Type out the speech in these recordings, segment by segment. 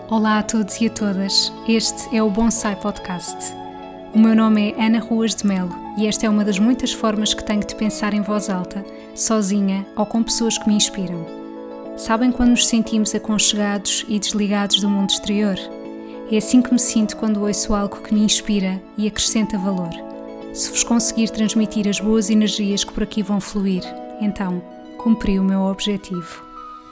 Olá a todos e a todas, este é o Bonsai Podcast. O meu nome é Ana Ruas de Melo e esta é uma das muitas formas que tenho de pensar em voz alta, sozinha ou com pessoas que me inspiram. Sabem quando nos sentimos aconchegados e desligados do mundo exterior? É assim que me sinto quando ouço algo que me inspira e acrescenta valor. Se vos conseguir transmitir as boas energias que por aqui vão fluir, então cumpri o meu objetivo.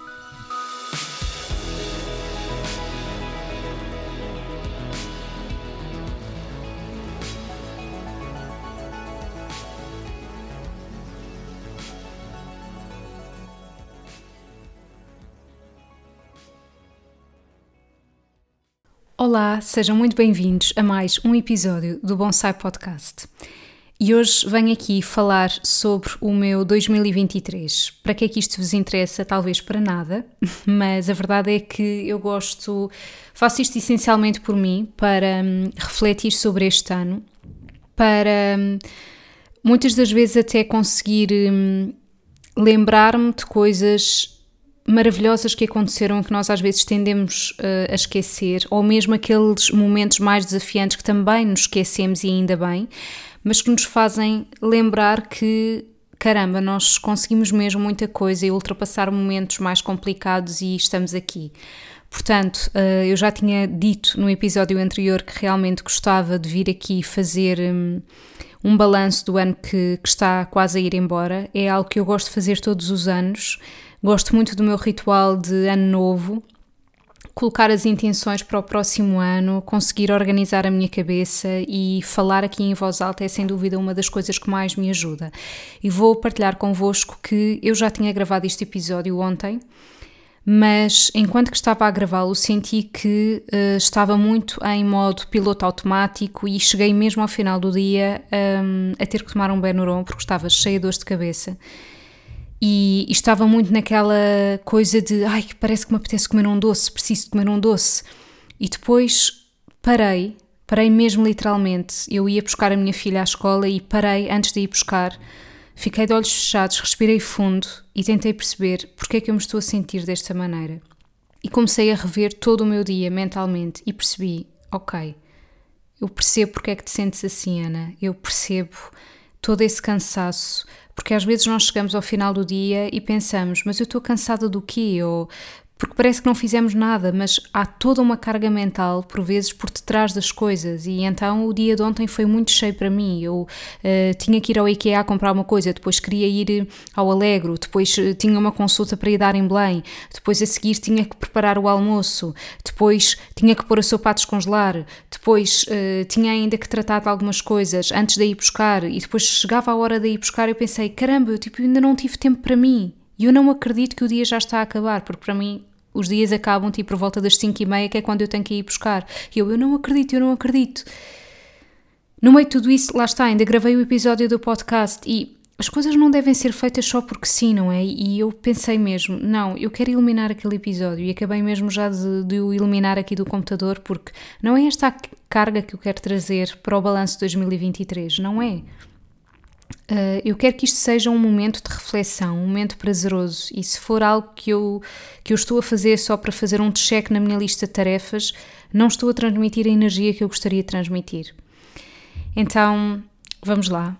Olá, sejam muito bem-vindos a mais um episódio do Bonsai Podcast. E hoje venho aqui falar sobre o meu 2023. Para que é que isto vos interessa? Talvez para nada, mas a verdade é que eu faço isto essencialmente por mim, para refletir sobre este ano, para muitas das vezes até conseguir lembrar-me de coisas maravilhosas que aconteceram que nós às vezes tendemos a esquecer, ou mesmo aqueles momentos mais desafiantes que também nos esquecemos e ainda bem, mas que nos fazem lembrar que, caramba, nós conseguimos mesmo muita coisa e ultrapassar momentos mais complicados e estamos aqui. Portanto, eu já tinha dito no episódio anterior que realmente gostava de vir aqui fazer um balanço do ano que está quase a ir embora. É algo que eu gosto de fazer todos os anos. Gosto muito do meu ritual de ano novo, colocar as intenções para o próximo ano, conseguir organizar a minha cabeça e falar aqui em voz alta é sem dúvida uma das coisas que mais me ajuda. E vou partilhar convosco que eu já tinha gravado este episódio ontem, mas enquanto que estava a gravá-lo senti que estava muito em modo piloto automático e cheguei mesmo ao final do dia a ter que tomar um Benuron porque estava cheia de dores de cabeça. E estava muito naquela coisa de, parece que me apetece comer um doce, preciso de comer um doce. E depois parei mesmo literalmente. Eu ia buscar a minha filha à escola e parei antes de ir buscar. Fiquei de olhos fechados, respirei fundo e tentei perceber porque é que eu me estou a sentir desta maneira. E comecei a rever todo o meu dia mentalmente e percebi, ok, eu percebo porque é que te sentes assim, Ana. Eu percebo todo esse cansaço, porque às vezes nós chegamos ao final do dia e pensamos, mas eu estou cansada do quê? Ou porque parece que não fizemos nada, mas há toda uma carga mental, por vezes, por detrás das coisas. E então o dia de ontem foi muito cheio para mim. Eu tinha que ir ao IKEA comprar uma coisa, depois queria ir ao Alegro, depois tinha uma consulta para ir dar em Belém, depois a seguir tinha que preparar o almoço, depois tinha que pôr a sopa a descongelar, depois tinha ainda que tratar de algumas coisas antes de ir buscar, e depois chegava a hora de ir buscar e eu pensei, caramba, eu ainda não tive tempo para mim. E eu não acredito que o dia já está a acabar, porque para mim os dias acabam por volta das 5h30, que é quando eu tenho que ir buscar. E eu não acredito. No meio de tudo isso, lá está, ainda gravei o episódio do podcast e as coisas não devem ser feitas só porque sim, não é? E eu pensei mesmo, não, eu quero eliminar aquele episódio e acabei mesmo já de o eliminar aqui do computador porque não é esta a carga que eu quero trazer para o balanço de 2023, não é? Eu quero que isto seja um momento de reflexão, um momento prazeroso, e se for algo que eu estou a fazer só para fazer um check na minha lista de tarefas, não estou a transmitir a energia que eu gostaria de transmitir. Então, vamos lá.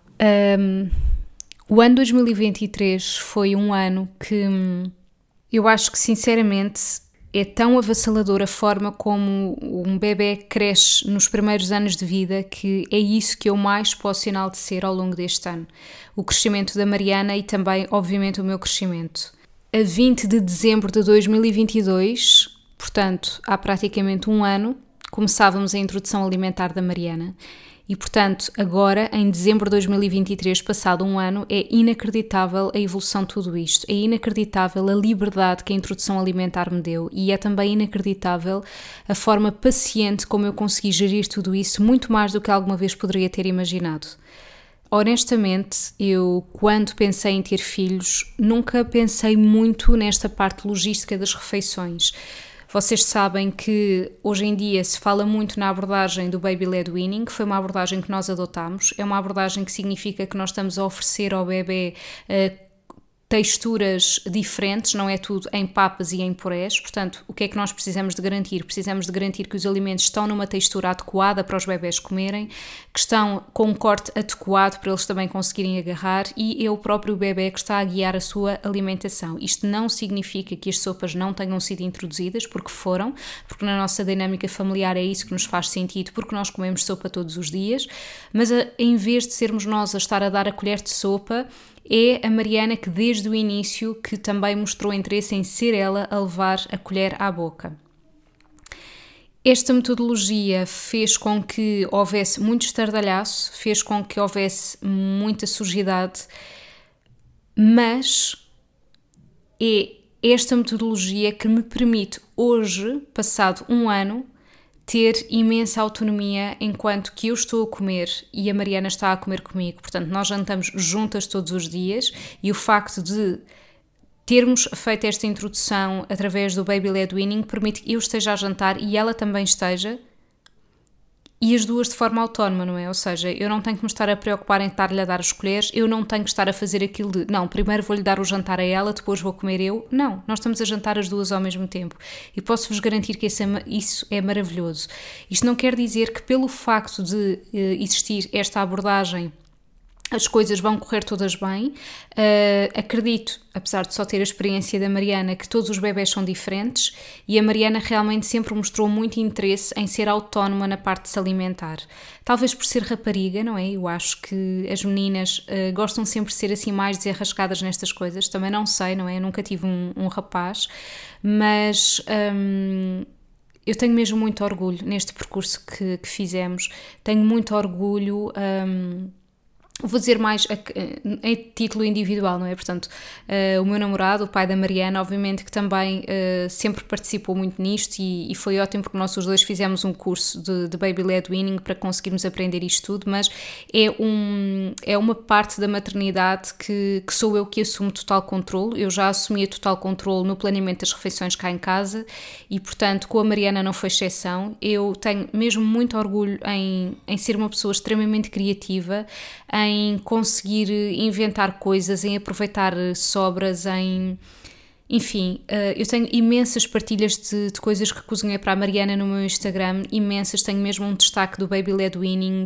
O ano 2023 foi um ano que eu acho que sinceramente é tão avassaladora a forma como um bebê cresce nos primeiros anos de vida que é isso que eu mais posso enaltecer ao longo deste ano. O crescimento da Mariana e também, obviamente, o meu crescimento. A 20 de dezembro de 2022, portanto, há praticamente um ano, começávamos a introdução alimentar da Mariana. E, portanto, agora, em dezembro de 2023, passado um ano, é inacreditável a evolução de tudo isto. É inacreditável a liberdade que a introdução alimentar me deu e é também inacreditável a forma paciente como eu consegui gerir tudo isso, muito mais do que alguma vez poderia ter imaginado. Honestamente, eu, quando pensei em ter filhos, nunca pensei muito nesta parte logística das refeições. Vocês sabem que hoje em dia se fala muito na abordagem do Baby-led Weaning, que foi uma abordagem que nós adotámos. É uma abordagem que significa que nós estamos a oferecer ao bebê texturas diferentes, não é tudo em papas e em purés. Portanto, o que é que nós precisamos de garantir? Precisamos de garantir que os alimentos estão numa textura adequada para os bebés comerem, que estão com um corte adequado para eles também conseguirem agarrar, e é o próprio bebé que está a guiar a sua alimentação. Isto não significa que as sopas não tenham sido introduzidas, porque foram, porque na nossa dinâmica familiar é isso que nos faz sentido, porque nós comemos sopa todos os dias, mas em vez de sermos nós a estar a dar a colher de sopa, é a Mariana que desde o início que também mostrou interesse em ser ela a levar a colher à boca. Esta metodologia fez com que houvesse muito estardalhaço, fez com que houvesse muita sujidade, mas é esta metodologia que me permite hoje, passado um ano, ter imensa autonomia enquanto que eu estou a comer e a Mariana está a comer comigo. Portanto, nós jantamos juntas todos os dias, e o facto de termos feito esta introdução através do Baby-led Weaning permite que eu esteja a jantar e ela também esteja, e as duas de forma autónoma, não é? Ou seja, eu não tenho que me estar a preocupar em estar-lhe a dar as colheres, eu não tenho que estar a fazer aquilo de, não, primeiro vou-lhe dar o jantar a ela, depois vou comer eu. Não, nós estamos a jantar as duas ao mesmo tempo, e posso-vos garantir que isso é maravilhoso. Isto não quer dizer que pelo facto de existir esta abordagem as coisas vão correr todas bem. Acredito, apesar de só ter a experiência da Mariana, que todos os bebés são diferentes, e a Mariana realmente sempre mostrou muito interesse em ser autónoma na parte de se alimentar. Talvez por ser rapariga, não é? Eu acho que as meninas gostam sempre de ser assim mais desenrascadas nestas coisas. Também não sei, não é? Eu nunca tive um rapaz, mas eu tenho mesmo muito orgulho neste percurso que fizemos. Tenho muito orgulho. Vou dizer mais em título individual, não é? Portanto, o meu namorado, o pai da Mariana, obviamente que também sempre participou muito nisto, e foi ótimo porque nós os dois fizemos um curso de Baby-led Weaning para conseguirmos aprender isto tudo, mas é uma parte da maternidade que sou eu que assumo total controle. Eu já assumia total controle no planeamento das refeições cá em casa, e portanto com a Mariana não foi exceção. Eu tenho mesmo muito orgulho em ser uma pessoa extremamente criativa, em conseguir inventar coisas, em aproveitar sobras, enfim, eu tenho imensas partilhas de coisas que cozinhei para a Mariana no meu Instagram, imensas, tenho mesmo um destaque do Baby-led Weaning,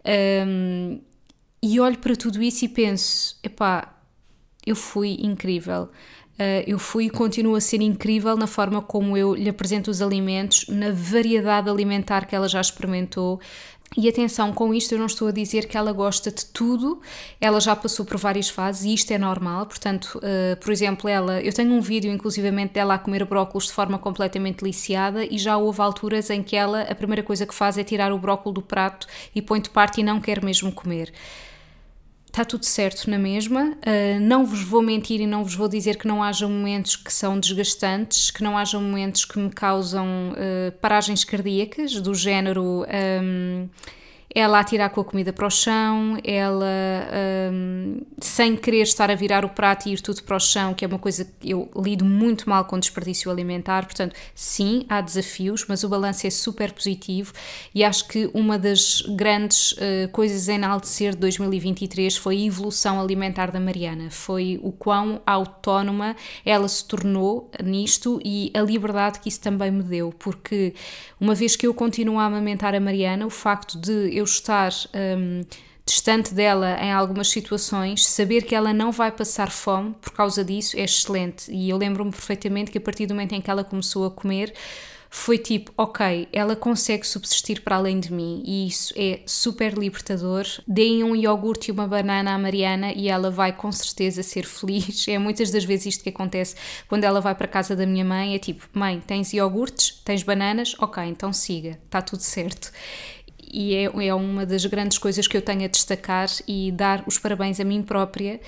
e olho para tudo isso e penso, epá, eu fui incrível. Eu fui e continuo a ser incrível na forma como eu lhe apresento os alimentos, na variedade alimentar que ela já experimentou. E atenção, com isto eu não estou a dizer que ela gosta de tudo, ela já passou por várias fases e isto é normal. Portanto, por exemplo, eu tenho um vídeo inclusivamente dela a comer brócolos de forma completamente deliciada, e já houve alturas em que ela, a primeira coisa que faz é tirar o brócolo do prato e põe de parte e não quer mesmo comer. Está tudo certo na mesma, não vos vou mentir e não vos vou dizer que não haja momentos que são desgastantes, que não haja momentos que me causam paragens cardíacas, do género ela a tirar com a comida para o chão, ela sem querer estar a virar o prato e ir tudo para o chão, que é uma coisa que eu lido muito mal com desperdício alimentar. Portanto, sim, há desafios, mas o balanço é super positivo, e acho que uma das grandes coisas a enaltecer de 2023 foi a evolução alimentar da Mariana, foi o quão autónoma ela se tornou nisto e a liberdade que isso também me deu, porque uma vez que eu continuo a amamentar a Mariana, o facto de eu estar distante dela em algumas situações, saber que ela não vai passar fome por causa disso é excelente. E eu lembro-me perfeitamente que a partir do momento em que ela começou a comer, foi tipo, ok, ela consegue subsistir para além de mim, e isso é super libertador. Deem um iogurte e uma banana à Mariana e ela vai com certeza ser feliz. É muitas das vezes isto que acontece quando ela vai para a casa da minha mãe, é tipo, mãe, tens iogurtes? Tens bananas? Ok, então siga, está tudo certo. E é uma das grandes coisas que eu tenho a destacar, e dar os parabéns a mim própria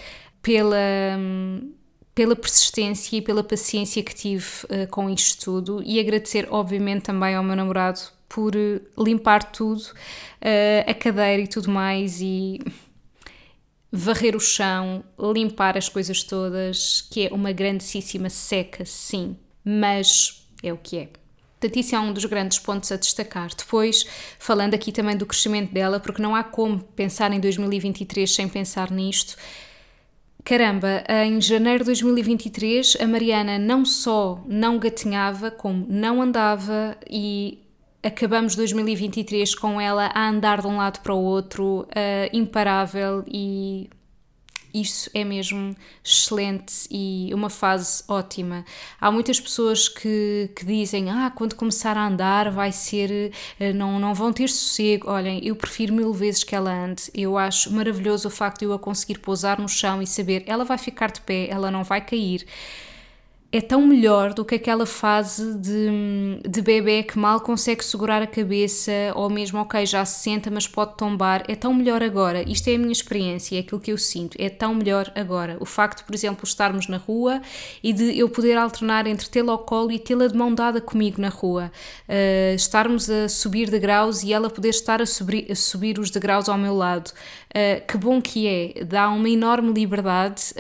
pela persistência e pela paciência que tive com isto tudo, e agradecer obviamente também ao meu namorado por limpar tudo, a cadeira e tudo mais, e varrer o chão, limpar as coisas todas, que é uma grandíssima seca, sim, mas é o que é. Portanto, isso é um dos grandes pontos a destacar. Depois, falando aqui também do crescimento dela, porque não há como pensar em 2023 sem pensar nisto, Caramba, em janeiro de 2023 a Mariana não só não gatinhava, como não andava e acabamos 2023 com ela a andar de um lado para o outro, imparável, e isso é mesmo excelente e uma fase ótima. Há muitas pessoas que dizem, quando começar a andar vai ser, não vão ter sossego. Olhem, eu prefiro 1000 vezes que ela ande. Eu acho maravilhoso o facto de eu a conseguir pousar no chão e saber, ela vai ficar de pé, ela não vai cair. É tão melhor do que aquela fase de bebê que mal consegue segurar a cabeça, ou mesmo, ok, já se senta, mas pode tombar. É tão melhor agora. Isto é a minha experiência, é aquilo que eu sinto. É tão melhor agora. O facto, por exemplo, de estarmos na rua e de eu poder alternar entre tê-la ao colo e tê-la de mão dada comigo na rua. Estarmos a subir degraus e ela poder estar a subir os degraus ao meu lado. Que bom que é. Dá uma enorme liberdade.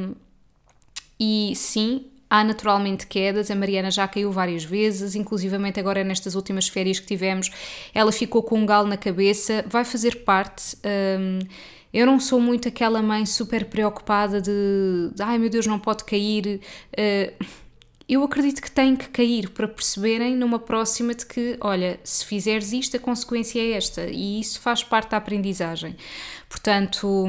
E sim, há naturalmente quedas, a Mariana já caiu várias vezes, inclusivamente agora nestas últimas férias que tivemos, ela ficou com um galo na cabeça, vai fazer parte. Eu não sou muito aquela mãe super preocupada de ai meu Deus, não pode cair. Eu acredito que tem que cair para perceberem numa próxima de que, olha, se fizeres isto, a consequência é esta, e isso faz parte da aprendizagem. Portanto,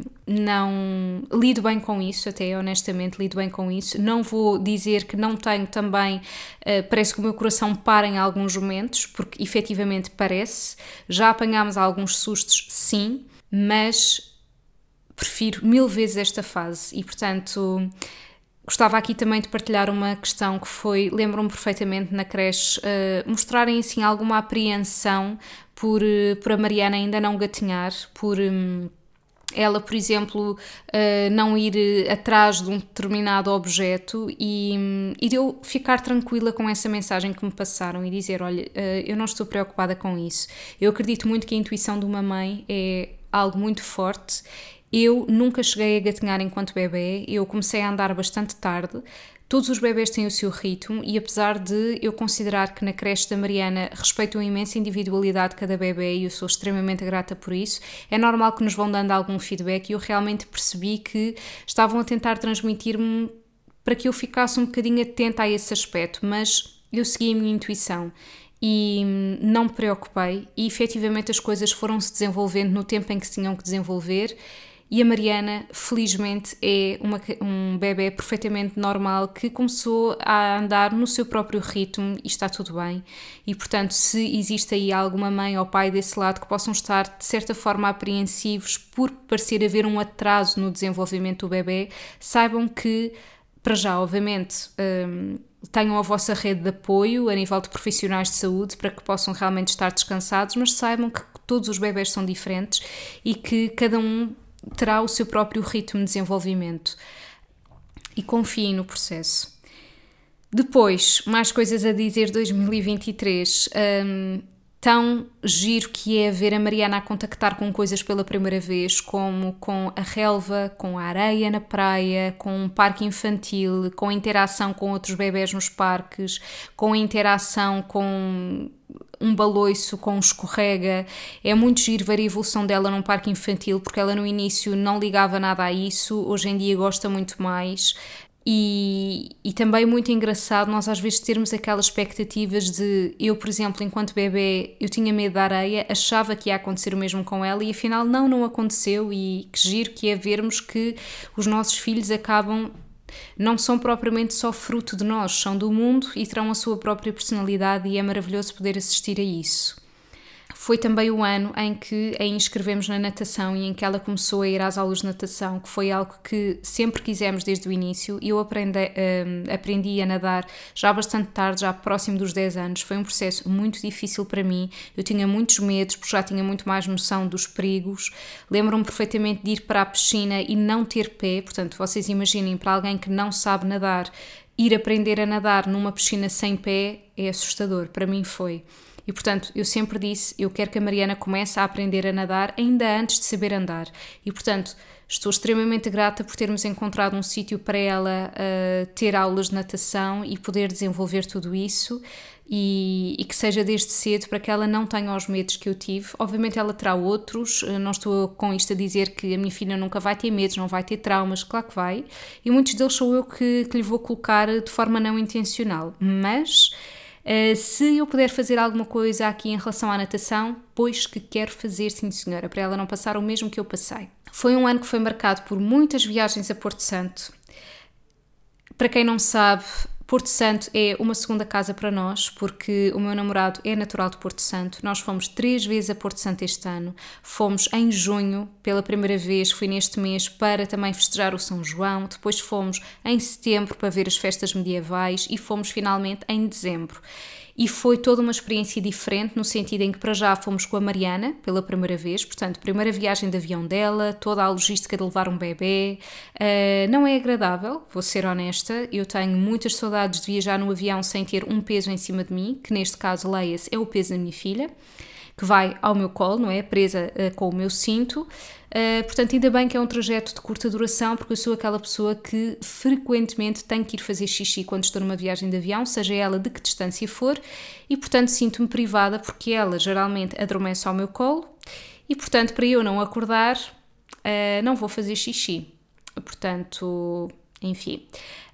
não lido bem com isso, até honestamente lido bem com isso. Não vou dizer que não tenho também, parece que o meu coração para em alguns momentos, porque efetivamente parece. Já apanhámos alguns sustos, sim, mas prefiro 1000 vezes esta fase e, portanto, gostava aqui também de partilhar uma questão que foi, lembro-me perfeitamente na creche, mostrarem assim alguma apreensão por a Mariana ainda não gatinhar, por ela, por exemplo, não ir atrás de um determinado objeto e de eu ficar tranquila com essa mensagem que me passaram e dizer, olha, eu não estou preocupada com isso. Eu acredito muito que a intuição de uma mãe é algo muito forte. Eu nunca cheguei a gatinhar enquanto bebê, eu comecei a andar bastante tarde. Todos os bebés têm o seu ritmo e apesar de eu considerar que na creche da Mariana respeitam a imensa individualidade de cada bebé e eu sou extremamente grata por isso, é normal que nos vão dando algum feedback e eu realmente percebi que estavam a tentar transmitir-me para que eu ficasse um bocadinho atenta a esse aspecto, mas eu segui a minha intuição e não me preocupei e efetivamente as coisas foram-se desenvolvendo no tempo em que se tinham que desenvolver. E a Mariana, felizmente, é um bebé perfeitamente normal que começou a andar no seu próprio ritmo e está tudo bem. E, portanto, se existe aí alguma mãe ou pai desse lado que possam estar, de certa forma, apreensivos por parecer haver um atraso no desenvolvimento do bebé, saibam que, para já, obviamente, tenham a vossa rede de apoio a nível de profissionais de saúde para que possam realmente estar descansados, mas saibam que todos os bebés são diferentes e que cada um terá o seu próprio ritmo de desenvolvimento e confiem no processo. Depois, mais coisas a dizer 2023. Tão giro que é ver a Mariana a contactar com coisas pela primeira vez, como com a relva, com a areia na praia, com um parque infantil, com a interação com outros bebés nos parques, com a interação com um baloiço, com um escorrega. É muito giro ver a evolução dela num parque infantil, porque ela no início não ligava nada a isso, hoje em dia gosta muito mais. E também muito engraçado nós às vezes termos aquelas expectativas de, eu por exemplo, enquanto bebê eu tinha medo da areia, achava que ia acontecer o mesmo com ela e afinal não aconteceu, e que giro que é vermos que os nossos filhos não são propriamente só fruto de nós, são do mundo e terão a sua própria personalidade e é maravilhoso poder assistir a isso. Foi também o ano em que a inscrevemos na natação e em que ela começou a ir às aulas de natação, que foi algo que sempre quisemos desde o início. Eu aprendi a nadar já bastante tarde, já próximo dos 10 anos. Foi um processo muito difícil para mim. Eu tinha muitos medos, porque já tinha muito mais noção dos perigos. Lembro-me perfeitamente de ir para a piscina e não ter pé. Portanto, vocês imaginem, para alguém que não sabe nadar, ir aprender a nadar numa piscina sem pé é assustador. Para mim foi. E, portanto, eu sempre disse, eu quero que a Mariana comece a aprender a nadar ainda antes de saber andar. E, portanto, estou extremamente grata por termos encontrado um sítio para ela ter aulas de natação e poder desenvolver tudo isso. e que seja desde cedo para que ela não tenha os medos que eu tive. Obviamente ela terá outros, não estou com isto a dizer que a minha filha nunca vai ter medos, não vai ter traumas, claro que vai, e muitos deles sou eu que lhe vou colocar de forma não intencional, mas se eu puder fazer alguma coisa aqui em relação à natação, pois que quero fazer, sim senhora, para ela não passar o mesmo que eu passei. Foi um ano que foi marcado por muitas viagens a Porto Santo. Para quem não sabe, Porto Santo é uma segunda casa para nós, porque o meu namorado é natural de Porto Santo. Nós fomos 3 vezes a Porto Santo este ano. Fomos em junho, pela primeira vez, fui neste mês para também festejar o São João. Depois fomos em setembro para ver as festas medievais e fomos finalmente em dezembro. E foi toda uma experiência diferente, no sentido em que para já fomos com a Mariana pela primeira vez, portanto, primeira viagem de avião dela, toda a logística de levar um bebê. Não é agradável, vou ser honesta, eu tenho muitas saudades de viajar no avião sem ter um peso em cima de mim, que neste caso, leia-se, é o peso da minha filha, que vai ao meu colo, não é? Presa com o meu cinto. Portanto, ainda bem que é um trajeto de curta duração, porque eu sou aquela pessoa que frequentemente tem que ir fazer xixi quando estou numa viagem de avião, seja ela de que distância for, e portanto sinto-me privada porque ela geralmente adormece ao meu colo e portanto para eu não acordar não vou fazer xixi. Portanto, enfim.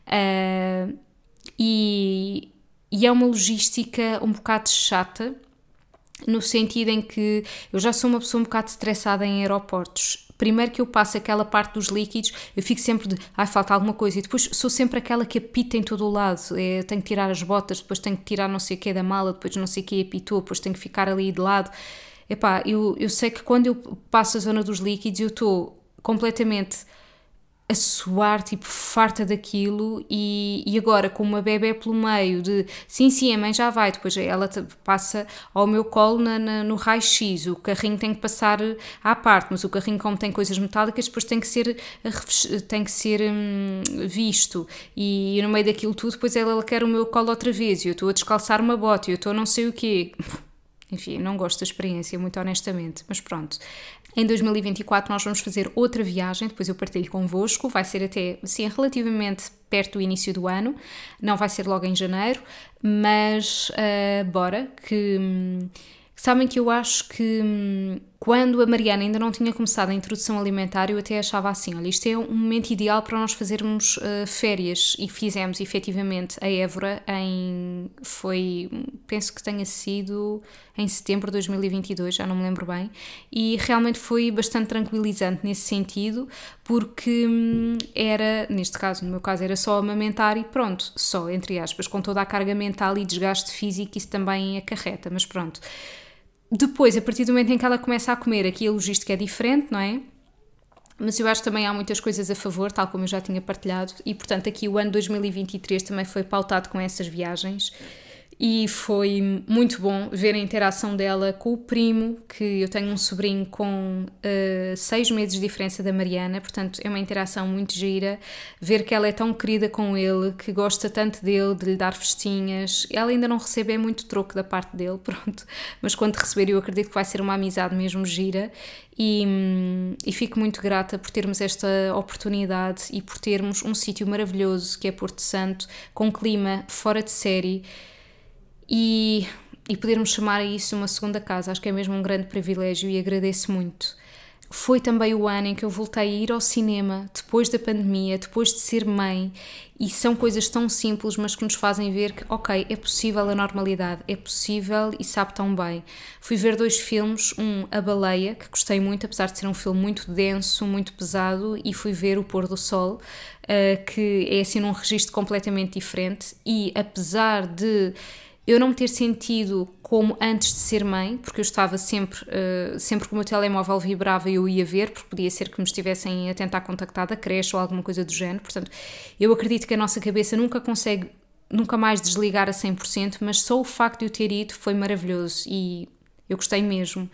E é uma logística um bocado chata, no sentido em que eu já sou uma pessoa um bocado estressada em aeroportos. Primeiro que eu passo aquela parte dos líquidos, eu fico sempre de, falta alguma coisa, e depois sou sempre aquela que apita em todo o lado, tenho que tirar as botas, depois tenho que tirar não sei o que da mala, depois não sei o que apitou, depois tenho que ficar ali de lado. Epá, eu sei que quando eu passo a zona dos líquidos eu estou completamente a suar, tipo, farta daquilo, e agora com uma bebé pelo meio de, sim, a mãe já vai, depois ela passa ao meu colo no raio-x, o carrinho tem que passar à parte, mas o carrinho, como tem coisas metálicas, depois tem que ser visto, e no meio daquilo tudo, depois ela quer o meu colo outra vez, e eu estou a descalçar uma bota, e eu estou não sei o quê. Enfim, não gosto da experiência, muito honestamente, mas pronto. Em 2024 nós vamos fazer outra viagem, depois eu partilho convosco, vai ser até, assim, relativamente perto do início do ano, não vai ser logo em janeiro, mas bora, sabem que eu acho que quando a Mariana ainda não tinha começado a introdução alimentar, eu até achava assim, olha, isto é um momento ideal para nós fazermos férias, e fizemos efetivamente a Évora penso que tenha sido em setembro de 2022, já não me lembro bem, e realmente foi bastante tranquilizante nesse sentido, porque neste caso, no meu caso, era só amamentar e pronto, só, entre aspas, com toda a carga mental e desgaste físico, isso também acarreta, mas pronto. Depois, a partir do momento em que ela começa a comer, aqui a logística é diferente, não é? Mas eu acho que também há muitas coisas a favor, tal como eu já tinha partilhado, e portanto aqui o ano 2023 também foi pautado com essas viagens, e foi muito bom ver a interação dela com o primo, que eu tenho um sobrinho com 6 meses de diferença da Mariana, portanto é uma interação muito gira, ver que ela é tão querida com ele, que gosta tanto dele, de lhe dar festinhas. Ela ainda não recebe muito troco da parte dele, pronto, mas quando receber eu acredito que vai ser uma amizade mesmo gira, e fico muito grata por termos esta oportunidade e por termos um sítio maravilhoso que é Porto Santo, com clima fora de série, e podermos chamar a isso uma segunda casa. Acho que é mesmo um grande privilégio e agradeço muito. Foi também o ano em que eu voltei a ir ao cinema, depois da pandemia, depois de ser mãe, e são coisas tão simples, mas que nos fazem ver que, ok, é possível a normalidade, é possível e sabe tão bem. Fui ver 2 filmes, A Baleia, que gostei muito, apesar de ser um filme muito denso, muito pesado, e fui ver O Pôr do Sol, que é assim num registro completamente diferente, e apesar de eu não me ter sentido como antes de ser mãe, porque eu estava sempre que o meu telemóvel vibrava eu ia ver, porque podia ser que me estivessem a tentar contactar da creche ou alguma coisa do género. Portanto, eu acredito que a nossa cabeça nunca mais desligar a 100%, mas só o facto de eu ter ido foi maravilhoso e eu gostei mesmo.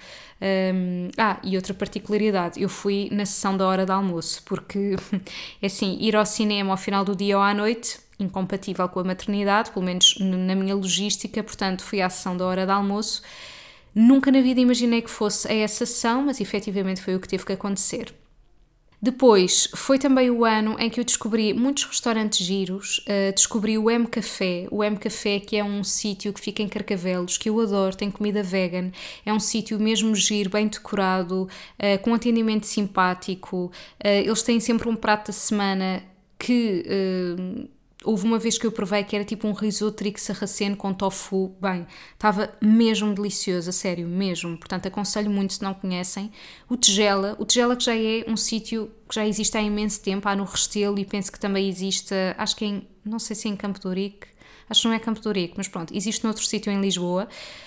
E outra particularidade, eu fui na sessão da hora de almoço, porque assim, ir ao cinema ao final do dia ou à noite, incompatível com a maternidade, pelo menos na minha logística, portanto fui à sessão da hora de almoço. Nunca na vida imaginei que fosse a essa sessão, mas efetivamente foi o que teve que acontecer. Depois, foi também o ano em que eu descobri muitos restaurantes giros, descobri o M Café que é um sítio que fica em Carcavelos, que eu adoro, tem comida vegan, é um sítio mesmo giro, bem decorado, com atendimento simpático, eles têm sempre um prato da semana que... houve uma vez que eu provei que era tipo um risoto trigo sarraceno com tofu. Bem, estava mesmo delicioso, a sério, mesmo. Portanto, aconselho muito se não conhecem. O Tigela que já é um sítio que já existe há imenso tempo, há no Restelo e penso que também existe, acho que não sei se é em Campo de Ourique, acho que não é Campo de Ourique, mas pronto, existe noutro sítio em Lisboa.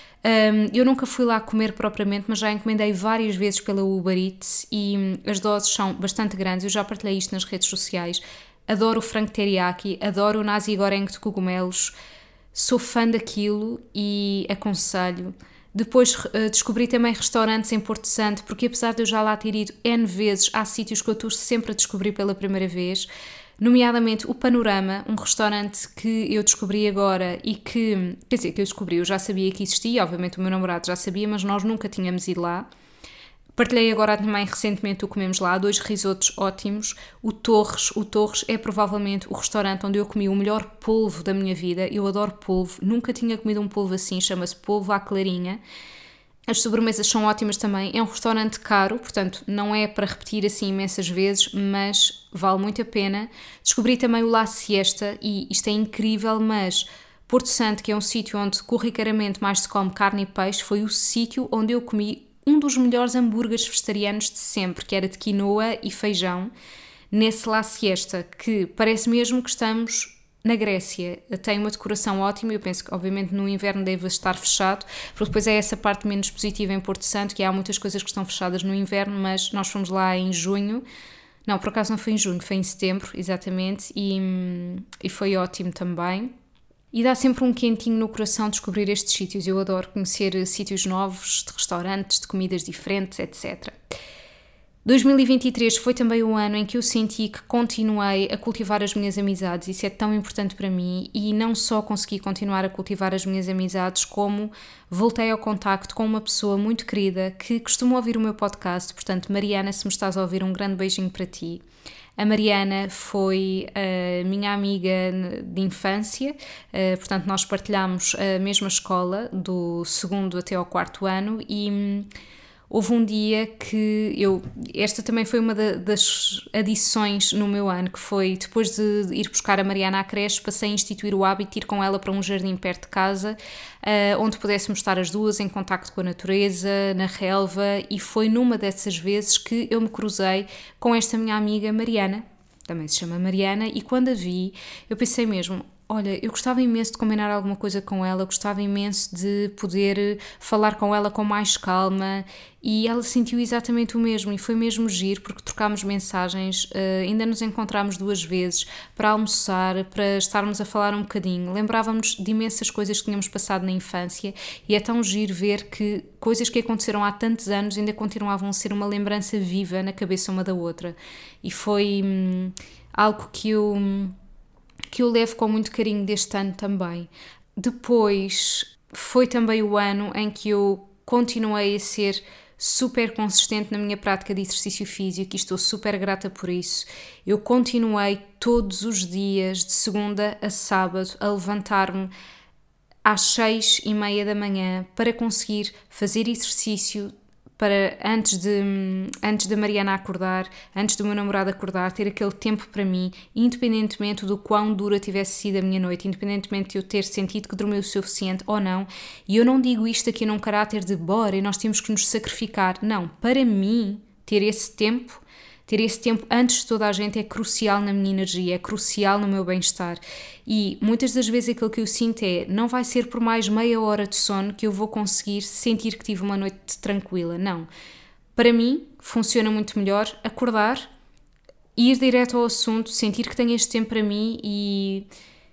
Eu nunca fui lá comer propriamente, mas já encomendei várias vezes pela Uber Eats e as doses são bastante grandes, eu já partilhei isto nas redes sociais. Adoro o frango teriyaki, adoro o nasi goreng de cogumelos, sou fã daquilo e aconselho. Depois descobri também restaurantes em Porto Santo, porque apesar de eu já lá ter ido N vezes, há sítios que eu estou sempre a descobrir pela primeira vez, nomeadamente o Panorama, um restaurante que eu descobri agora e que, quer dizer, que eu descobri, eu já sabia que existia, obviamente o meu namorado já sabia, mas nós nunca tínhamos ido lá. Partilhei agora também recentemente o que comemos lá, 2 risotos ótimos. O Torres é provavelmente o restaurante onde eu comi o melhor polvo da minha vida. Eu adoro polvo, nunca tinha comido um polvo assim, chama-se polvo à clarinha. As sobremesas são ótimas também. É um restaurante caro, portanto não é para repetir assim imensas vezes, mas vale muito a pena. Descobri também o La Siesta e isto é incrível, mas Porto Santo, que é um sítio onde corriqueiramente mais se come carne e peixe, foi o sítio onde eu comi um dos melhores hambúrgueres vegetarianos de sempre, que era de quinoa e feijão, nesse La Siesta, que parece mesmo que estamos na Grécia. Tem uma decoração ótima, eu penso que obviamente no inverno deve estar fechado, porque depois é essa parte menos positiva em Porto Santo, que há muitas coisas que estão fechadas no inverno, mas nós fomos lá em junho, não, por acaso não foi em junho, foi em setembro, exatamente, e foi ótimo também. E dá sempre um quentinho no coração descobrir estes sítios. Eu adoro conhecer sítios novos, de restaurantes, de comidas diferentes, etc. 2023 foi também o ano em que eu senti que continuei a cultivar as minhas amizades. Isso é tão importante para mim. E não só consegui continuar a cultivar as minhas amizades, como voltei ao contacto com uma pessoa muito querida que costuma ouvir o meu podcast. Portanto, Mariana, se me estás a ouvir, um grande beijinho para ti. A Mariana foi a minha amiga de infância, portanto nós partilhámos a mesma escola do 2º até ao 4º ano e houve um dia que esta também foi uma das adições no meu ano, que foi depois de ir buscar a Mariana à creche, passei a instituir o hábito de ir com ela para um jardim perto de casa, onde pudéssemos estar as duas em contacto com a natureza, na relva, e foi numa dessas vezes que eu me cruzei com esta minha amiga Mariana, também se chama Mariana, e quando a vi, eu pensei mesmo, olha, eu gostava imenso de combinar alguma coisa com ela, gostava imenso de poder falar com ela com mais calma, e ela sentiu exatamente o mesmo, e foi mesmo giro, porque trocámos mensagens, ainda nos encontramos 2 vezes para almoçar, para estarmos a falar um bocadinho, lembrávamos de imensas coisas que tínhamos passado na infância, e é tão giro ver que coisas que aconteceram há tantos anos ainda continuavam a ser uma lembrança viva na cabeça uma da outra, e foi algo que eu levo com muito carinho deste ano também. Depois foi também o ano em que eu continuei a ser super consistente na minha prática de exercício físico e estou super grata por isso. Eu continuei todos os dias, de segunda a sábado, a levantar-me às 6:30 da manhã para conseguir fazer exercício, para antes da Mariana acordar, antes do meu namorado acordar, ter aquele tempo para mim, independentemente do quão dura tivesse sido a minha noite, independentemente de eu ter sentido que dormi o suficiente ou não. E eu não digo isto aqui num caráter de bora e nós temos que nos sacrificar. Não, para mim, ter esse tempo antes de toda a gente é crucial na minha energia, é crucial no meu bem-estar. E muitas das vezes aquilo que eu sinto é, não vai ser por mais meia hora de sono que eu vou conseguir sentir que tive uma noite tranquila. Não. Para mim, funciona muito melhor acordar, ir direto ao assunto, sentir que tenho este tempo para mim e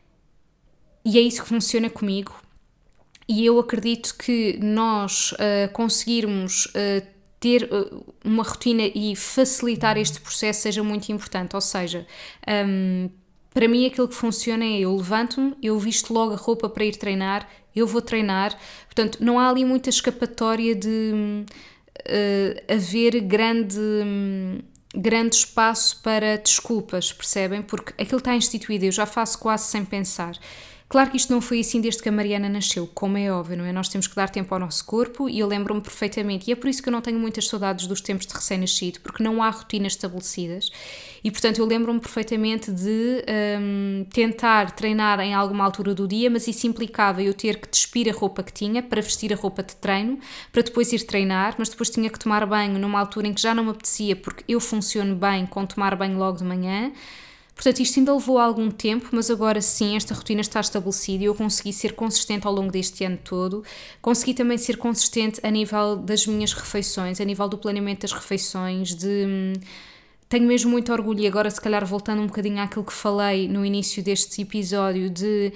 é isso que funciona comigo. E eu acredito que nós conseguirmos ter uma rotina e facilitar este processo seja muito importante, ou seja, para mim aquilo que funciona é eu levanto-me, eu visto logo a roupa para ir treinar, eu vou treinar, portanto não há ali muita escapatória de haver grande grande espaço para desculpas, percebem? Porque aquilo está instituído, eu já faço quase sem pensar. Claro que isto não foi assim desde que a Mariana nasceu, como é óbvio, não é? Nós temos que dar tempo ao nosso corpo e eu lembro-me perfeitamente, e é por isso que eu não tenho muitas saudades dos tempos de recém-nascido, porque não há rotinas estabelecidas e, portanto, eu lembro-me perfeitamente de tentar treinar em alguma altura do dia, mas isso implicava eu ter que despir a roupa que tinha para vestir a roupa de treino, para depois ir treinar, mas depois tinha que tomar banho numa altura em que já não me apetecia, porque eu funciono bem com tomar banho logo de manhã. Portanto, isto ainda levou algum tempo, mas agora sim, esta rotina está estabelecida e eu consegui ser consistente ao longo deste ano todo. Consegui também ser consistente a nível das minhas refeições, a nível do planeamento das refeições, tenho mesmo muito orgulho, e agora se calhar voltando um bocadinho àquilo que falei no início deste episódio,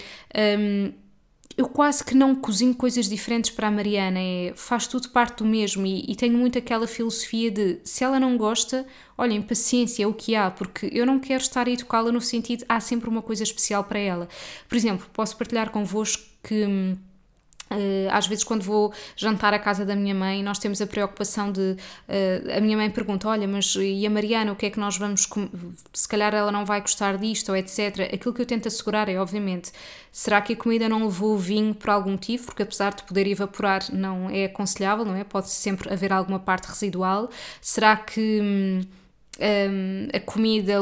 eu quase que não cozinho coisas diferentes para a Mariana, faz tudo parte do mesmo e tenho muito aquela filosofia de, se ela não gosta, olhem, paciência, é o que há, porque eu não quero estar a educá-la no sentido, há sempre uma coisa especial para ela. Por exemplo, posso partilhar convosco que às vezes quando vou jantar à casa da minha mãe, nós temos a preocupação de, a minha mãe pergunta, olha, mas e a Mariana, o que é que nós vamos comer? Se calhar ela não vai gostar disto, ou etc. Aquilo que eu tento assegurar é, obviamente, será que a comida não levou vinho por algum motivo? Porque apesar de poder evaporar, não é aconselhável, não é? Pode sempre haver alguma parte residual. Será que a comida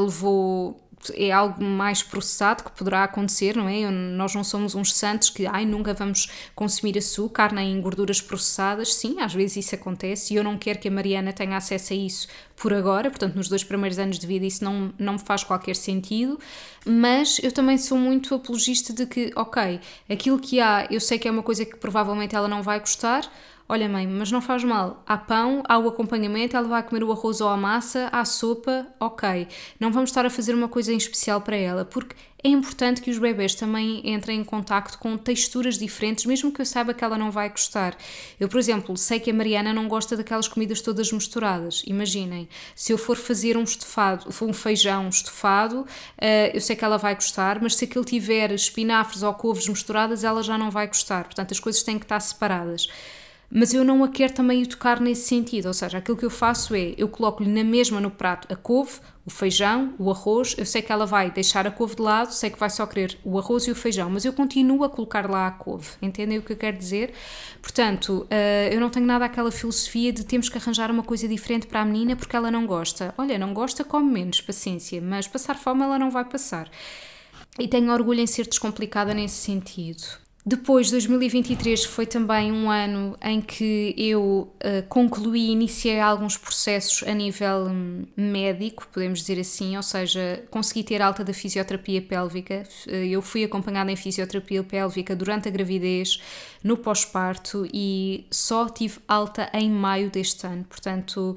é algo mais processado que poderá acontecer, não é? Nós não somos uns santos que nunca vamos consumir açúcar nem gorduras processadas. Sim, às vezes isso acontece e eu não quero que a Mariana tenha acesso a isso por agora, portanto nos 2 primeiros anos de vida isso não me faz qualquer sentido, mas eu também sou muito apologista de que, ok, aquilo que há, eu sei que é uma coisa que provavelmente ela não vai gostar. Olha mãe, mas não faz mal, há pão, há o acompanhamento, ela vai comer o arroz ou a massa, há sopa, ok. Não vamos estar a fazer uma coisa em especial para ela, porque é importante que os bebés também entrem em contacto com texturas diferentes, mesmo que eu saiba que ela não vai gostar. Eu, por exemplo, sei que a Mariana não gosta daquelas comidas todas misturadas. Imaginem, se eu for fazer um feijão estofado, eu sei que ela vai gostar, mas se aquilo tiver espinafres ou couves misturadas, ela já não vai gostar. Portanto, as coisas têm que estar separadas. Mas eu não a quero também tocar nesse sentido, ou seja, aquilo que eu faço é, eu coloco-lhe na mesma no prato a couve, o feijão, o arroz, eu sei que ela vai deixar a couve de lado, sei que vai só querer o arroz e o feijão, mas eu continuo a colocar lá a couve, entendem o que eu quero dizer? Portanto, eu não tenho nada aquela filosofia de temos que arranjar uma coisa diferente para a menina porque ela não gosta. Olha, não gosta, come menos, paciência, mas passar fome ela não vai passar. E tenho orgulho em ser descomplicada nesse sentido. Depois, 2023 foi também um ano em que eu concluí e iniciei alguns processos a nível médico, podemos dizer assim, ou seja, consegui ter alta da fisioterapia pélvica. Eu fui acompanhada em fisioterapia pélvica durante a gravidez, no pós-parto, e só tive alta em maio deste ano, portanto...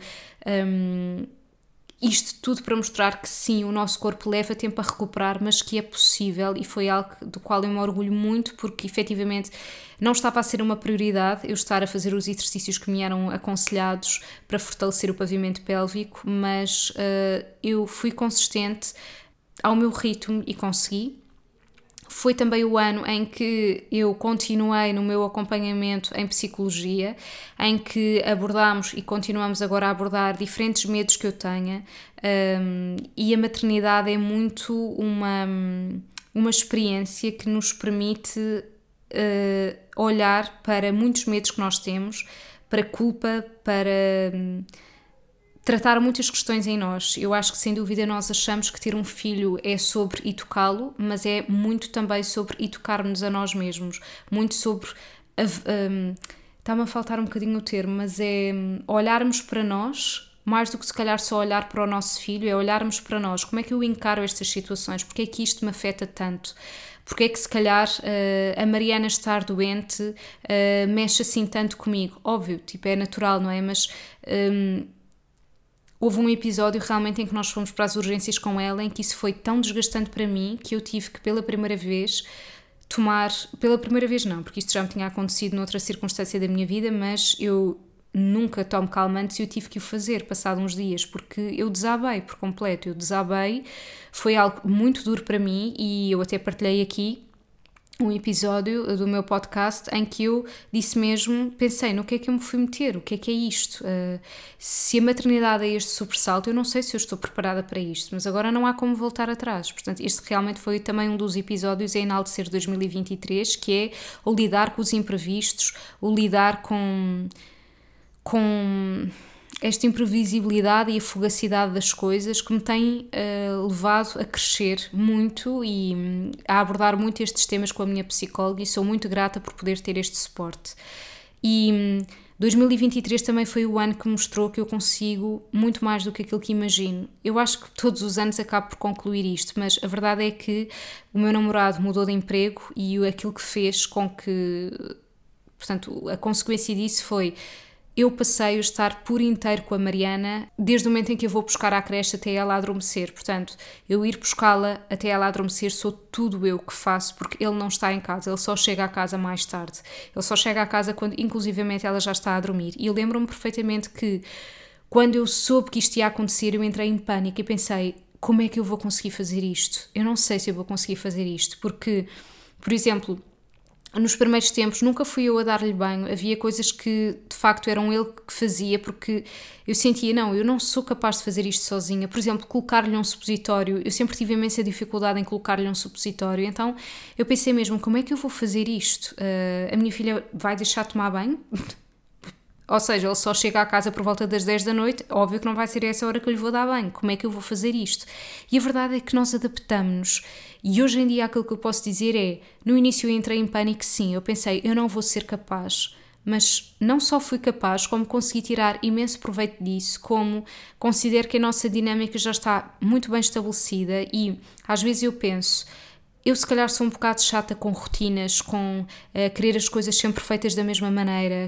Isto tudo para mostrar que sim, o nosso corpo leva tempo a recuperar, mas que é possível, e foi algo do qual eu me orgulho muito, porque efetivamente não estava a ser uma prioridade eu estar a fazer os exercícios que me eram aconselhados para fortalecer o pavimento pélvico, mas eu fui consistente ao meu ritmo e consegui. Foi também o ano em que eu continuei no meu acompanhamento em psicologia, em que abordámos e continuamos agora a abordar diferentes medos que eu tenha, e a maternidade é muito uma experiência que nos permite olhar para muitos medos que nós temos, para culpa, para... tratar muitas questões em nós. Eu acho que sem dúvida nós achamos que ter um filho é sobre educá-lo, mas é muito também sobre educar-nos a nós mesmos, muito sobre... está-me a faltar um bocadinho o termo, mas é olharmos para nós, mais do que se calhar só olhar para o nosso filho, é olharmos para nós. Como é que eu encaro estas situações? Porque é que isto me afeta tanto? Porque é que se calhar a Mariana estar doente mexe assim tanto comigo? Óbvio, tipo, é natural, não é? Mas... houve um episódio realmente em que nós fomos para as urgências com ela, em que isso foi tão desgastante para mim que eu tive que pela primeira vez pela primeira vez não, porque isto já me tinha acontecido noutra circunstância da minha vida, mas eu nunca tomo calmantes e eu tive que o fazer passado uns dias, porque eu desabei por completo, foi algo muito duro para mim e eu até partilhei aqui. um episódio do meu podcast em que eu disse mesmo, pensei no que é que eu me fui meter, o que é isto? Se a maternidade é este sobressalto, eu não sei se eu estou preparada para isto, mas agora não há como voltar atrás. Portanto, este realmente foi também um dos episódios a enaltecer 2023, que é o lidar com os imprevistos, o lidar com esta imprevisibilidade e a fugacidade das coisas que me tem levado a crescer muito e a abordar muito estes temas com a minha psicóloga, e sou muito grata por poder ter este suporte. E 2023 também foi o ano que mostrou que eu consigo muito mais do que aquilo que imagino. Eu acho que todos os anos acabo por concluir isto, mas a verdade é que o meu namorado mudou de emprego e aquilo que fez com que... Portanto, a consequência disso foi... Eu passei a estar por inteiro com a Mariana desde o momento em que eu vou buscar à creche até ela adormecer. Portanto, eu ir buscá-la até ela adormecer sou tudo eu que faço, porque ele não está em casa, ele só chega à casa mais tarde. Ele só chega à casa quando, inclusivamente, ela já está a dormir. E eu lembro-me perfeitamente que, quando eu soube que isto ia acontecer, eu entrei em pânico e pensei, como é que eu vou conseguir fazer isto? Eu não sei se eu vou conseguir fazer isto, porque, por exemplo... Nos primeiros tempos nunca fui eu a dar-lhe banho, havia coisas que de facto eram ele que fazia, porque eu sentia, não, eu não sou capaz de fazer isto sozinha. Por exemplo, colocar-lhe um supositório, eu sempre tive imensa dificuldade em colocar-lhe um supositório, então eu pensei mesmo, como é que eu vou fazer isto? A minha filha vai deixar de tomar banho? Ou seja, ele só chega à casa por volta das 10 da noite, óbvio que não vai ser essa hora que eu lhe vou dar banho, como é que eu vou fazer isto? E a verdade é que nós adaptamos-nos, e hoje em dia aquilo que eu posso dizer é, no início eu entrei em pânico, sim, eu pensei, eu não vou ser capaz, mas não só fui capaz, como consegui tirar imenso proveito disso, como considero que a nossa dinâmica já está muito bem estabelecida, e às vezes eu penso... Eu se calhar sou um bocado chata com rotinas, com querer as coisas sempre feitas da mesma maneira,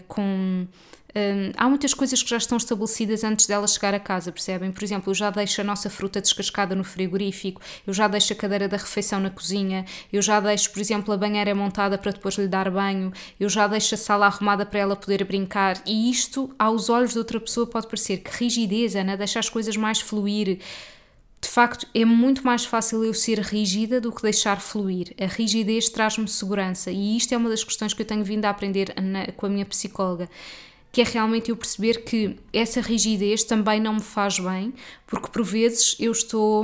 há muitas coisas que já estão estabelecidas antes dela chegar a casa, percebem? Por exemplo, eu já deixo a nossa fruta descascada no frigorífico, eu já deixo a cadeira da refeição na cozinha, eu já deixo, por exemplo, a banheira montada para depois lhe dar banho, eu já deixo a sala arrumada para ela poder brincar, e isto, aos olhos de outra pessoa, pode parecer que rigidez, Ana, deixa as coisas mais fluir. De facto, é muito mais fácil eu ser rígida do que deixar fluir. A rigidez traz-me segurança, e isto é uma das questões que eu tenho vindo a aprender com a minha psicóloga, que é realmente eu perceber que essa rigidez também não me faz bem, porque por vezes eu estou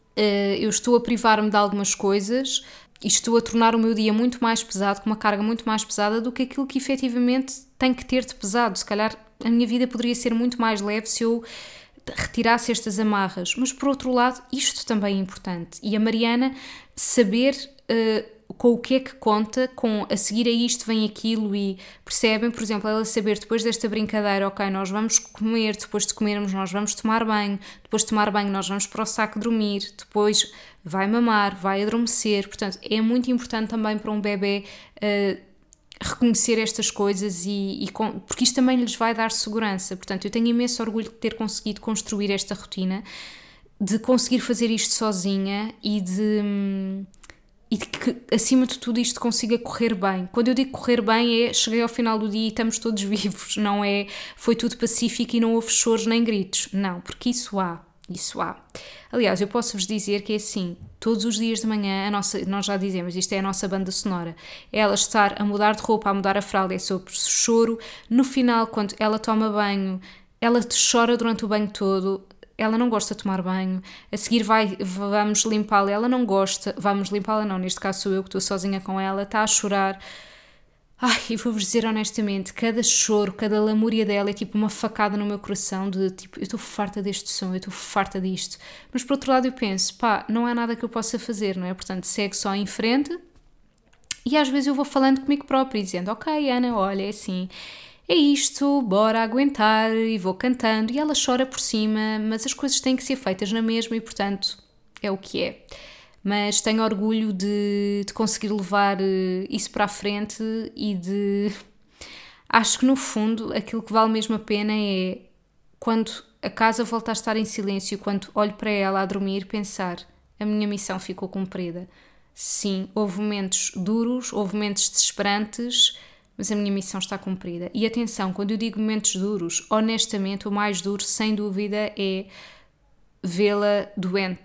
a privar-me de algumas coisas e estou a tornar o meu dia muito mais pesado, com uma carga muito mais pesada do que aquilo que efetivamente tem que ter de pesado. Se calhar a minha vida poderia ser muito mais leve se eu retirasse estas amarras, mas por outro lado isto também é importante, e a Mariana saber com o que é que conta, com a seguir a isto vem aquilo, e percebem, por exemplo, ela saber depois desta brincadeira, ok, nós vamos comer, depois de comermos nós vamos tomar banho, depois de tomar banho nós vamos para o saco dormir, depois vai mamar, vai adormecer. Portanto, é muito importante também para um bebê reconhecer estas coisas porque isto também lhes vai dar segurança. Portanto, eu tenho imenso orgulho de ter conseguido construir esta rotina, de conseguir fazer isto sozinha e de que, acima de tudo, isto consiga correr bem. Quando eu digo correr bem, cheguei ao final do dia e estamos todos vivos, não é foi tudo pacífico e não houve choros nem gritos. Não, porque isso há. Aliás, eu posso-vos dizer que é assim, todos os dias de manhã, nós já dizemos, isto é a nossa banda sonora, ela estar a mudar de roupa, a mudar a fralda, é sobre choro. No final, quando ela toma banho, ela chora durante o banho todo, ela não gosta de tomar banho, a seguir vamos limpá-la, ela não gosta, vamos limpá-la não, neste caso sou eu que estou sozinha com ela, está a chorar. Ai, e vou-vos dizer honestamente, cada choro, cada lamúria dela é tipo uma facada no meu coração de tipo, eu estou farta deste som, eu estou farta disto. Mas por outro lado eu penso, não há nada que eu possa fazer, não é? Portanto, segue só em frente, e às vezes eu vou falando comigo própria e dizendo, ok Ana, olha, é assim, é isto, bora aguentar, e vou cantando, e ela chora por cima, mas as coisas têm que ser feitas na mesma e portanto é o que é. Mas tenho orgulho de conseguir levar isso para a frente e acho que no fundo aquilo que vale mesmo a pena é quando a casa volta a estar em silêncio, quando olho para ela a dormir, pensar, a minha missão ficou cumprida. Sim, houve momentos duros, houve momentos desesperantes, mas a minha missão está cumprida. E atenção, quando eu digo momentos duros, honestamente o mais duro sem dúvida é vê-la doente,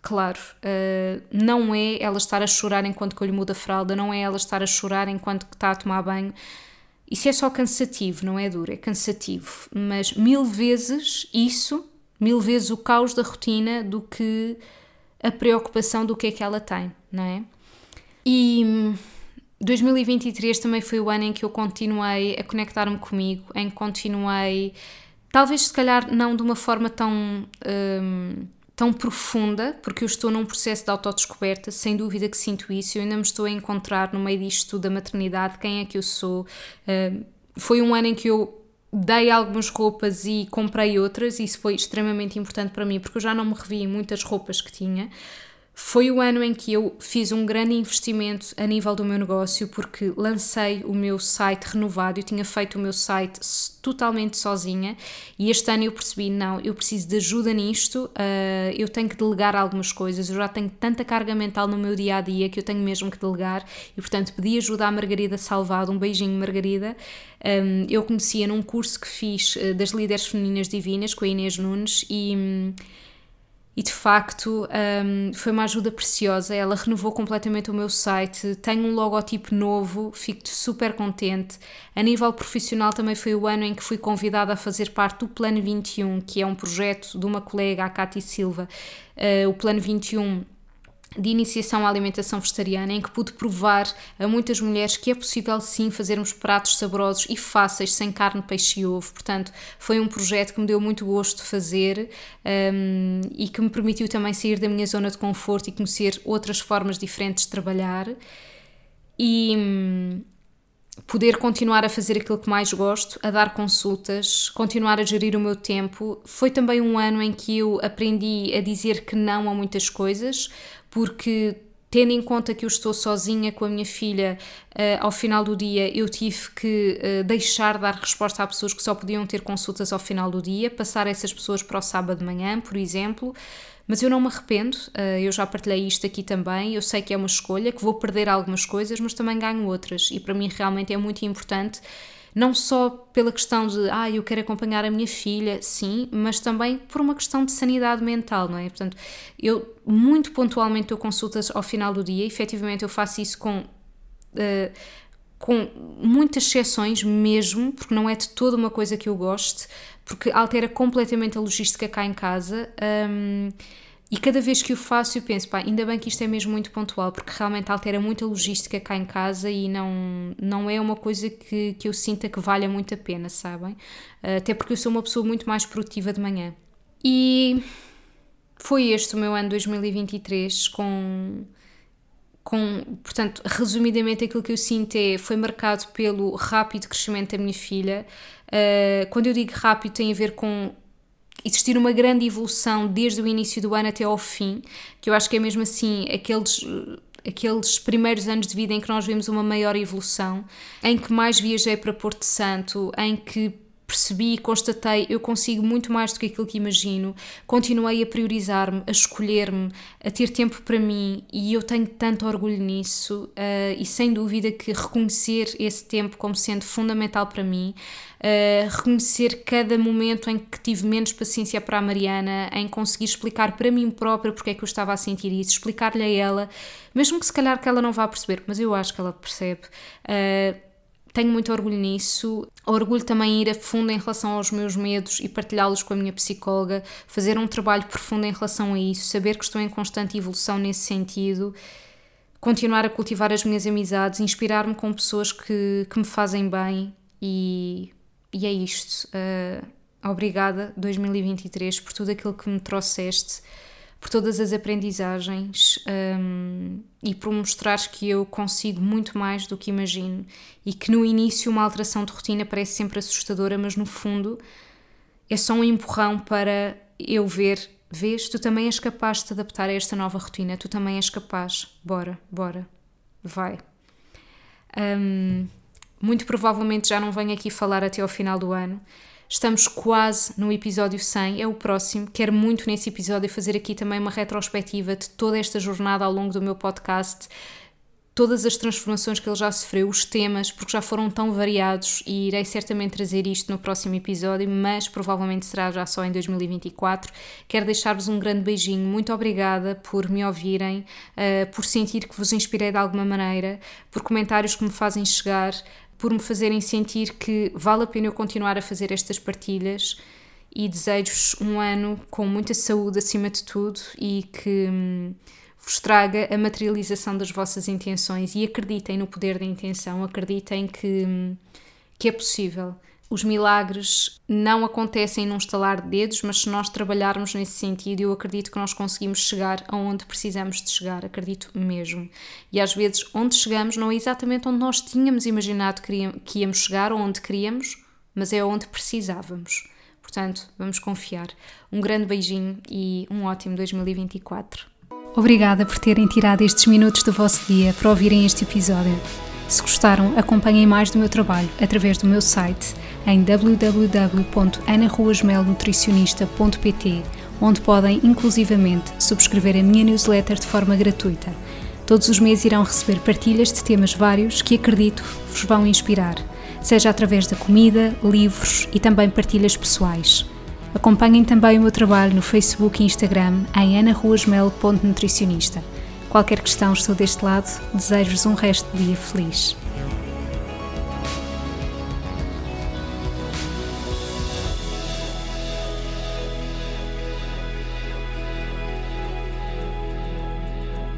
claro, não é ela estar a chorar enquanto que eu lhe mudo a fralda, não é ela estar a chorar enquanto que está a tomar banho. Isso é só cansativo, não é duro, é cansativo. Mas 1000 vezes isso, 1000 vezes o caos da rotina do que a preocupação do que é que ela tem, não é? E 2023 também foi o ano em que eu continuei a conectar-me comigo, em que continuei, talvez se calhar não de uma forma tão profunda, porque eu estou num processo de autodescoberta, sem dúvida que sinto isso, eu ainda me estou a encontrar no meio disto da maternidade, quem é que eu sou. Foi um ano em que eu dei algumas roupas e comprei outras, e isso foi extremamente importante para mim, porque eu já não me revi em muitas roupas que tinha. Foi o ano em que eu fiz um grande investimento a nível do meu negócio, porque lancei o meu site renovado. Eu tinha feito o meu site totalmente sozinha e este ano eu percebi, não, eu preciso de ajuda nisto, eu tenho que delegar algumas coisas, eu já tenho tanta carga mental no meu dia-a-dia que eu tenho mesmo que delegar e, portanto, pedi ajuda à Margarida Salvado. Um beijinho, Margarida. Eu conhecia num curso que fiz das líderes femininas divinas com a Inês Nunes e de facto foi uma ajuda preciosa. Ela renovou completamente o meu site, tenho um logotipo novo, fico super contente. A nível profissional também foi o ano em que fui convidada a fazer parte do Plano 21, que é um projeto de uma colega, a Cátia Silva. O Plano 21 de iniciação à alimentação vegetariana, em que pude provar a muitas mulheres que é possível sim fazermos pratos saborosos e fáceis sem carne, peixe e ovo. Portanto, foi um projeto que me deu muito gosto de fazer e que me permitiu também sair da minha zona de conforto e conhecer outras formas diferentes de trabalhar e poder continuar a fazer aquilo que mais gosto, a dar consultas, continuar a gerir o meu tempo. Foi também um ano em que eu aprendi a dizer que não a muitas coisas, porque tendo em conta que eu estou sozinha com a minha filha, ao final do dia eu tive que deixar de dar resposta a pessoas que só podiam ter consultas ao final do dia, passar essas pessoas para o sábado de manhã, por exemplo. Mas eu não me arrependo, eu já partilhei isto aqui também, eu sei que é uma escolha, que vou perder algumas coisas, mas também ganho outras, e para mim realmente é muito importante, não só pela questão de, eu quero acompanhar a minha filha, sim, mas também por uma questão de sanidade mental, não é? Portanto, eu muito pontualmente dou consultas ao final do dia, efetivamente eu faço isso com muitas exceções mesmo, porque não é de toda uma coisa que eu goste, porque altera completamente a logística cá em casa, e cada vez que o faço eu penso, ainda bem que isto é mesmo muito pontual, porque realmente altera muito a logística cá em casa e não é uma coisa que eu sinta que valha muito a pena, sabem? Até porque eu sou uma pessoa muito mais produtiva de manhã. E foi este o meu ano 2023 portanto, resumidamente aquilo que eu sinto foi marcado pelo rápido crescimento da minha filha. Quando eu digo rápido tem a ver com existir uma grande evolução desde o início do ano até ao fim, que eu acho que é mesmo assim aqueles primeiros anos de vida em que nós vemos uma maior evolução, em que mais viajei para Porto Santo, em que percebi e constatei, eu consigo muito mais do que aquilo que imagino, continuei a priorizar-me, a escolher-me, a ter tempo para mim e eu tenho tanto orgulho nisso e sem dúvida que reconhecer esse tempo como sendo fundamental para mim, reconhecer cada momento em que tive menos paciência para a Mariana, em conseguir explicar para mim própria porque é que eu estava a sentir isso, explicar-lhe a ela, mesmo que se calhar que ela não vá perceber, mas eu acho que ela percebe. Tenho muito orgulho nisso, orgulho também em ir a fundo em relação aos meus medos e partilhá-los com a minha psicóloga, fazer um trabalho profundo em relação a isso, saber que estou em constante evolução nesse sentido, continuar a cultivar as minhas amizades, inspirar-me com pessoas que me fazem bem e é isto. Obrigada 2023 por tudo aquilo que me trouxeste, por todas as aprendizagens e por mostrares que eu consigo muito mais do que imagino e que no início uma alteração de rotina parece sempre assustadora, mas no fundo é só um empurrão para eu vês, tu também és capaz de te adaptar a esta nova rotina, tu também és capaz, bora, vai. Muito provavelmente já não venho aqui falar até ao final do ano. Estamos quase no episódio 100, é o próximo. Quero muito nesse episódio fazer aqui também uma retrospectiva de toda esta jornada ao longo do meu podcast. todas as transformações que ele já sofreu, os temas, porque já foram tão variados, e irei certamente trazer isto no próximo episódio, mas provavelmente será já só em 2024. Quero deixar-vos um grande beijinho, muito obrigada por me ouvirem, por sentir que vos inspirei de alguma maneira, por comentários que me fazem chegar, por me fazerem sentir que vale a pena eu continuar a fazer estas partilhas, e desejo-vos um ano com muita saúde acima de tudo e que vos traga a materialização das vossas intenções, e acreditem no poder da intenção, acreditem que é possível. Os milagres não acontecem num estalar de dedos, mas se nós trabalharmos nesse sentido, eu acredito que nós conseguimos chegar aonde precisamos de chegar, acredito mesmo. E às vezes onde chegamos não é exatamente onde nós tínhamos imaginado que íamos chegar ou onde queríamos, mas é onde precisávamos. Portanto, vamos confiar. Um grande beijinho e um ótimo 2024. Obrigada por terem tirado estes minutos do vosso dia para ouvirem este episódio. Se gostaram, acompanhem mais do meu trabalho através do meu site em www.anaruasmelnutricionista.pt, onde podem, inclusivamente, subscrever a minha newsletter de forma gratuita. Todos os meses irão receber partilhas de temas vários que acredito vos vão inspirar, seja através da comida, livros e também partilhas pessoais. Acompanhem também o meu trabalho no Facebook e Instagram em anaruasmel.nutricionista. Qualquer questão, estou deste lado. Desejo-vos um resto de dia feliz.